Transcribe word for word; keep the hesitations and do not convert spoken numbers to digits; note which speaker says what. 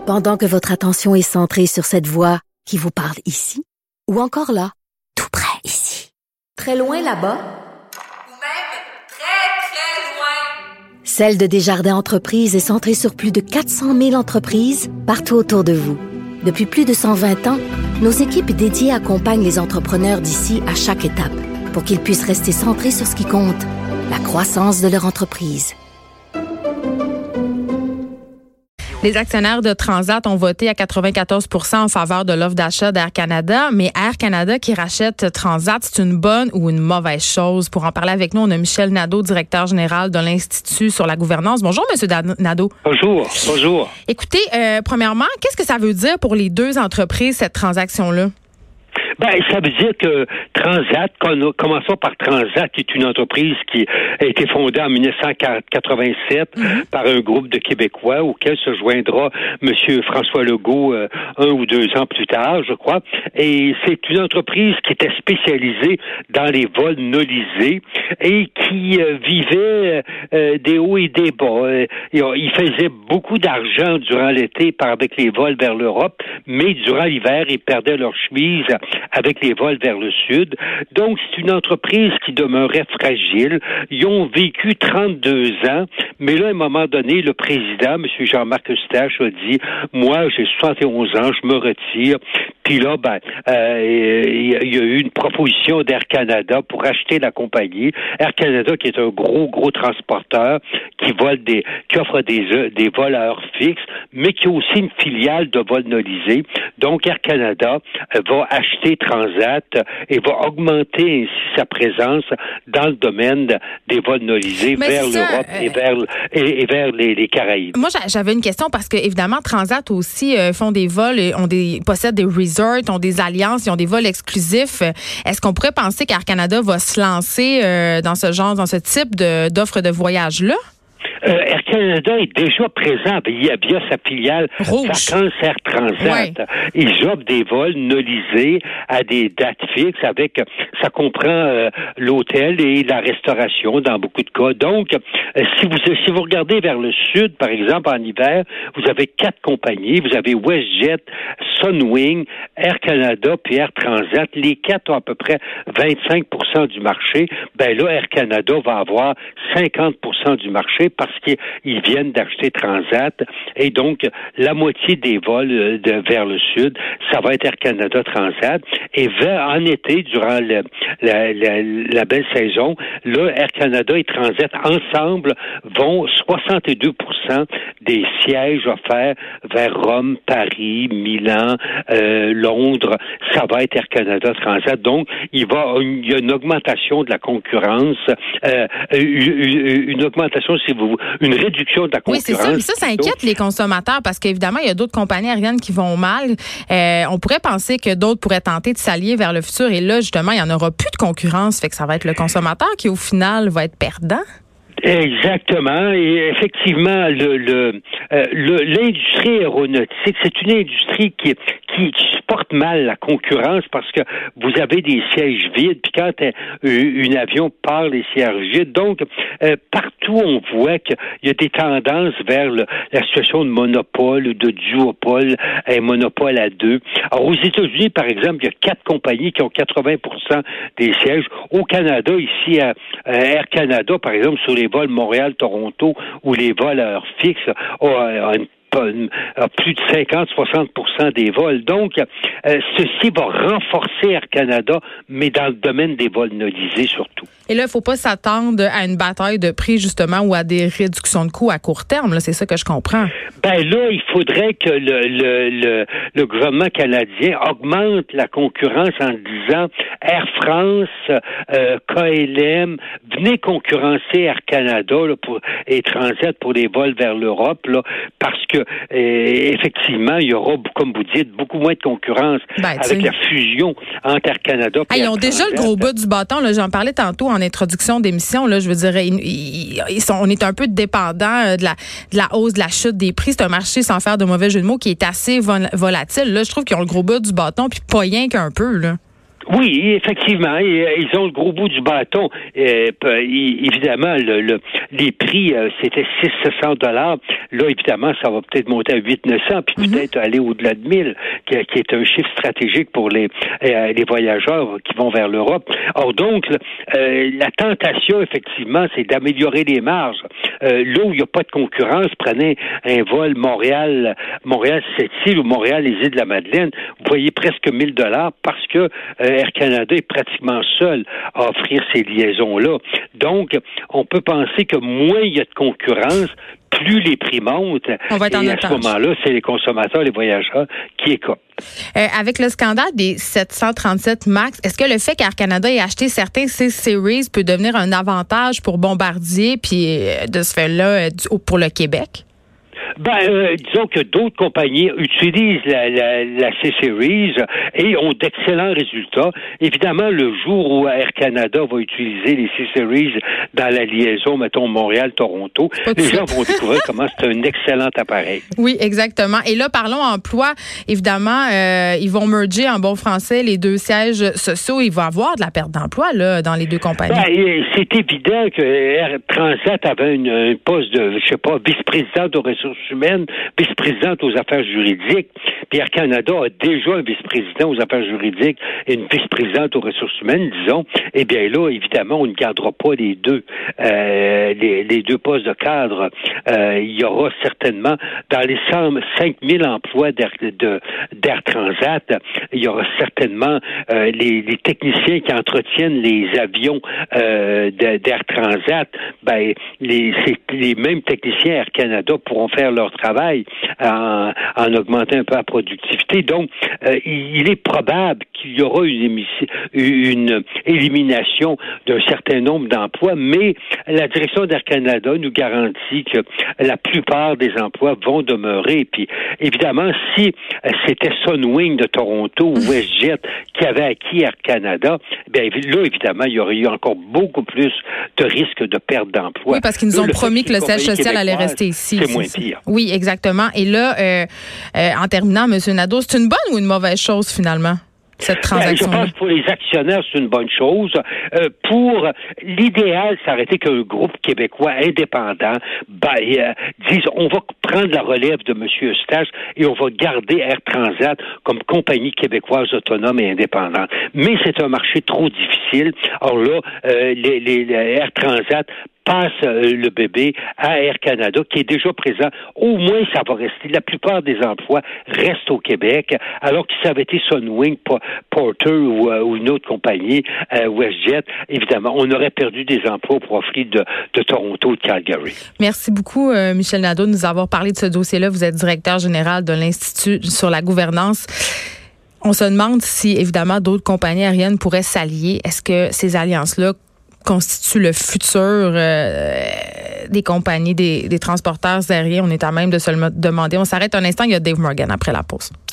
Speaker 1: Pendant que votre attention est centrée sur cette voix qui vous parle ici, ou encore là, tout près ici, très loin là-bas,
Speaker 2: ou même très, très loin.
Speaker 1: Celle de Desjardins Entreprises est centrée sur plus de quatre cent mille entreprises partout autour de vous. Depuis plus de cent vingt ans, nos équipes dédiées accompagnent les entrepreneurs d'ici à chaque étape pour qu'ils puissent rester centrés sur ce qui compte, la croissance de leur entreprise.
Speaker 3: Les actionnaires de Transat ont voté à quatre-vingt-quatorze pour cent en faveur de l'offre d'achat d'Air Canada, mais Air Canada qui rachète Transat, c'est une bonne ou une mauvaise chose? Pour en parler avec nous, on a Michel Nadeau, directeur général de l'Institut sur la gouvernance. Bonjour, Monsieur Nadeau.
Speaker 4: Bonjour, bonjour.
Speaker 3: Écoutez, euh, premièrement, qu'est-ce que ça veut dire pour les deux entreprises, cette transaction-là?
Speaker 4: Ben, ça veut dire que Transat, commençons par Transat, qui est une entreprise qui a été fondée en dix-neuf cent quatre-vingt-sept mm-hmm. par un groupe de Québécois auquel se joindra M. François Legault euh, un ou deux ans plus tard, je crois. Et c'est une entreprise qui était spécialisée dans les vols nolisés et qui euh, vivait euh, des hauts et des bas. Euh, il faisait beaucoup d'argent durant l'été par avec les vols vers l'Europe, mais durant l'hiver, ils perdaient leur chemise avec les vols vers le sud. Donc, c'est une entreprise qui demeurait fragile. Ils ont vécu trente-deux ans, mais là, à un moment donné, le président, M. Jean-Marc Eustache, a dit, moi, j'ai soixante et onze ans, je me retire. Puis là, ben, euh, il y a eu une proposition d'Air Canada pour acheter la compagnie. Air Canada, qui est un gros, gros transporteur, qui vole des, qui offre des, des vols à heure fixe, mais qui a aussi une filiale de vols nolisés. Donc, Air Canada va acheter Transat et va augmenter ainsi sa présence dans le domaine des vols nolisés mais vers l'Europe euh... et vers, et, et vers les, les Caraïbes.
Speaker 3: Moi, j'avais une question parce que, évidemment, Transat aussi euh, font des vols, ont des, possèdent des resorts, ont des alliances, ils ont des vols exclusifs. Est-ce qu'on pourrait penser qu'Air Canada va se lancer euh, dans ce genre, dans ce type de, d'offre de voyage-là?
Speaker 4: Euh, Air Canada est déjà présent via, via sa filiale Vacances Air Transat. Ouais. Ils offrent des vols nolisés à des dates fixes avec, ça comprend euh, l'hôtel et la restauration dans beaucoup de cas. Donc, euh, si vous si vous regardez vers le sud, par exemple, en hiver, vous avez quatre compagnies. Vous avez WestJet, Sunwing, Air Canada puis Air Transat. Les quatre ont à peu près vingt-cinq pour cent du marché. Ben là, Air Canada va avoir cinquante pour cent du marché parce qu'ils viennent d'acheter Transat et donc la moitié des vols de, vers le sud, ça va être Air Canada Transat et vers, en été, durant le, la, la, la belle saison, là, Air Canada et Transat ensemble vont soixante-deux pour cent des sièges offerts vers Rome, Paris, Milan, euh, Londres, ça va être Air Canada Transat. Donc, il va il y a une augmentation de la concurrence, euh, une, une augmentation, si vous une réduction de la concurrence.
Speaker 3: Oui, c'est ça. Mais ça, ça inquiète Donc, les consommateurs parce qu'évidemment, il y a d'autres compagnies aériennes qui vont mal. Euh, on pourrait penser que d'autres pourraient tenter de s'allier vers le futur. Et là, justement, il n'y en aura plus de concurrence. Fait que ça va être le consommateur qui, au final, va être perdant.
Speaker 4: Exactement. Et effectivement, le, le, euh, le l'industrie aéronautique, c'est une industrie qui, qui, qui supporte mal la concurrence parce que vous avez des sièges vides. Puis quand un, un avion part, les sièges vides. Donc, euh, partout, on voit qu'il y a des tendances vers le, la situation de monopole, de duopole, un monopole à deux. Alors, aux États-Unis, par exemple, il y a quatre compagnies qui ont quatre-vingts pour cent des sièges. Au Canada, ici, à, à Air Canada, par exemple, sur les vols Montréal-Toronto ou les vols à heure fixe ont une plus de cinquante à soixante pour cent des vols. Donc, euh, ceci va renforcer Air Canada, mais dans le domaine des vols nolisés surtout.
Speaker 3: Et là, il ne faut pas s'attendre à une bataille de prix, justement, ou à des réductions de coûts à court terme. Là, c'est ça que je comprends.
Speaker 4: Ben là, il faudrait que le, le, le, le gouvernement canadien augmente la concurrence en disant Air France, euh, K L M, venez concurrencer Air Canada là, pour, et Transat pour les vols vers l'Europe, là, parce que euh, effectivement, il y aura, comme vous dites, beaucoup moins de concurrence ben, avec t'sais. la fusion entre Air Canada et
Speaker 3: hey,
Speaker 4: Air
Speaker 3: Ils ont
Speaker 4: Transat.
Speaker 3: Déjà le gros bas du bâton. Là, j'en parlais tantôt en introduction d'émission. Là, je veux dire, ils, ils, ils sont, on est un peu dépendant de la, de la hausse, de la chute des prix. C'est un marché, sans faire de mauvais jeu de mots, qui est assez vol- volatile. Là, je trouve qu'ils ont le gros bas du bâton, puis pas rien qu'un peu, là.
Speaker 4: Oui, effectivement, ils ont le gros bout du bâton. Euh, évidemment, le, le, les prix, euh, c'était six cents dollars. Là, évidemment, ça va peut-être monter à huit neuf cents, puis mm-hmm. peut-être aller au-delà de mille, qui, qui est un chiffre stratégique pour les, euh, les voyageurs qui vont vers l'Europe. Or, donc, euh, la tentation, effectivement, c'est d'améliorer les marges. Euh, là où il n'y a pas de concurrence, prenez un vol Montréal, Montréal-Sept-Îles ou Montréal-les Îles-de-la-Madeleine, vous voyez presque mille dollars parce que euh, Air Canada est pratiquement seul à offrir ces liaisons-là. Donc, on peut penser que moins il y a de concurrence, plus les prix montent.
Speaker 3: On va être en
Speaker 4: et à ce moment-là, c'est les consommateurs, les voyageurs qui écopent.
Speaker 3: Euh, avec le scandale des sept cent trente-sept MAX, est-ce que le fait qu'Air Canada ait acheté certains C-Series peut devenir un avantage pour Bombardier, puis euh, de ce fait-là, euh, pour le Québec?
Speaker 4: Ben, euh, disons que d'autres compagnies utilisent la, la, la C-Series et ont d'excellents résultats. Évidemment, le jour où Air Canada va utiliser les C-Series dans la liaison, mettons, Montréal-Toronto, les gens vont découvrir comment c'est un excellent appareil.
Speaker 3: Oui, exactement. Et là, parlons emploi. Évidemment, euh, ils vont merger en bon français les deux sièges sociaux. Il va y avoir de la perte d'emploi là dans les deux compagnies.
Speaker 4: Ben, c'est évident que Air Transat avait une, un poste de, je sais pas, vice-président de ressources humaines, vice-présidente aux affaires juridiques. Puis Air Canada a déjà un vice-président aux affaires juridiques et une vice-présidente aux ressources humaines, disons. Eh bien là, évidemment, on ne gardera pas les deux, euh, les, les deux postes de cadre. Euh, il y aura certainement, dans les cinq mille emplois d'Air, de, d'Air Transat, il y aura certainement euh, les, les techniciens qui entretiennent les avions euh, d'Air Transat. Ben, les, c'est, les mêmes techniciens Air Canada pourront faire leur travail en, en augmentant un peu la productivité. Donc, euh, il est probable qu'il y aura une, émission, une élimination d'un certain nombre d'emplois, mais la direction d'Air Canada nous garantit que la plupart des emplois vont demeurer. Puis, évidemment, si c'était Sunwing de Toronto ou WestJet qui avait acquis Air Canada, bien là, évidemment, il y aurait eu encore beaucoup plus de risques de perte d'emploi.
Speaker 3: Oui, parce qu'ils nous ont là, promis que le siège social allait rester ici.
Speaker 4: C'est moins pire.
Speaker 3: Oui, exactement. Et là, euh, euh, en terminant, M. Nadeau, c'est une bonne ou une mauvaise chose, finalement, cette transaction?
Speaker 4: Ben, je pense que pour les actionnaires, c'est une bonne chose. Euh, pour l'idéal, ça aurait été qu'un groupe québécois indépendant ben, euh, dise on va prendre la relève de M. Eustache et on va garder Air Transat comme compagnie québécoise autonome et indépendante. Mais c'est un marché trop difficile. Alors là, euh, les, les, les Air Transat passe euh, le bébé à Air Canada, qui est déjà présent. Au moins, ça va rester. La plupart des emplois restent au Québec, alors que ça avait été Sunwing, Porter ou, euh, ou une autre compagnie, euh, WestJet, évidemment, on aurait perdu des emplois au profit de, de Toronto et de Calgary.
Speaker 3: Merci beaucoup, euh, Michel Nadeau, de nous avoir parlé de ce dossier-là. Vous êtes directeur général de l'Institut sur la gouvernance. On se demande si, évidemment, d'autres compagnies aériennes pourraient s'allier. Est-ce que ces alliances-là constitue le futur euh, des compagnies, des, des transporteurs aériens? On est à même de se le demander. On s'arrête un instant, il y a Dave Morgan après la pause.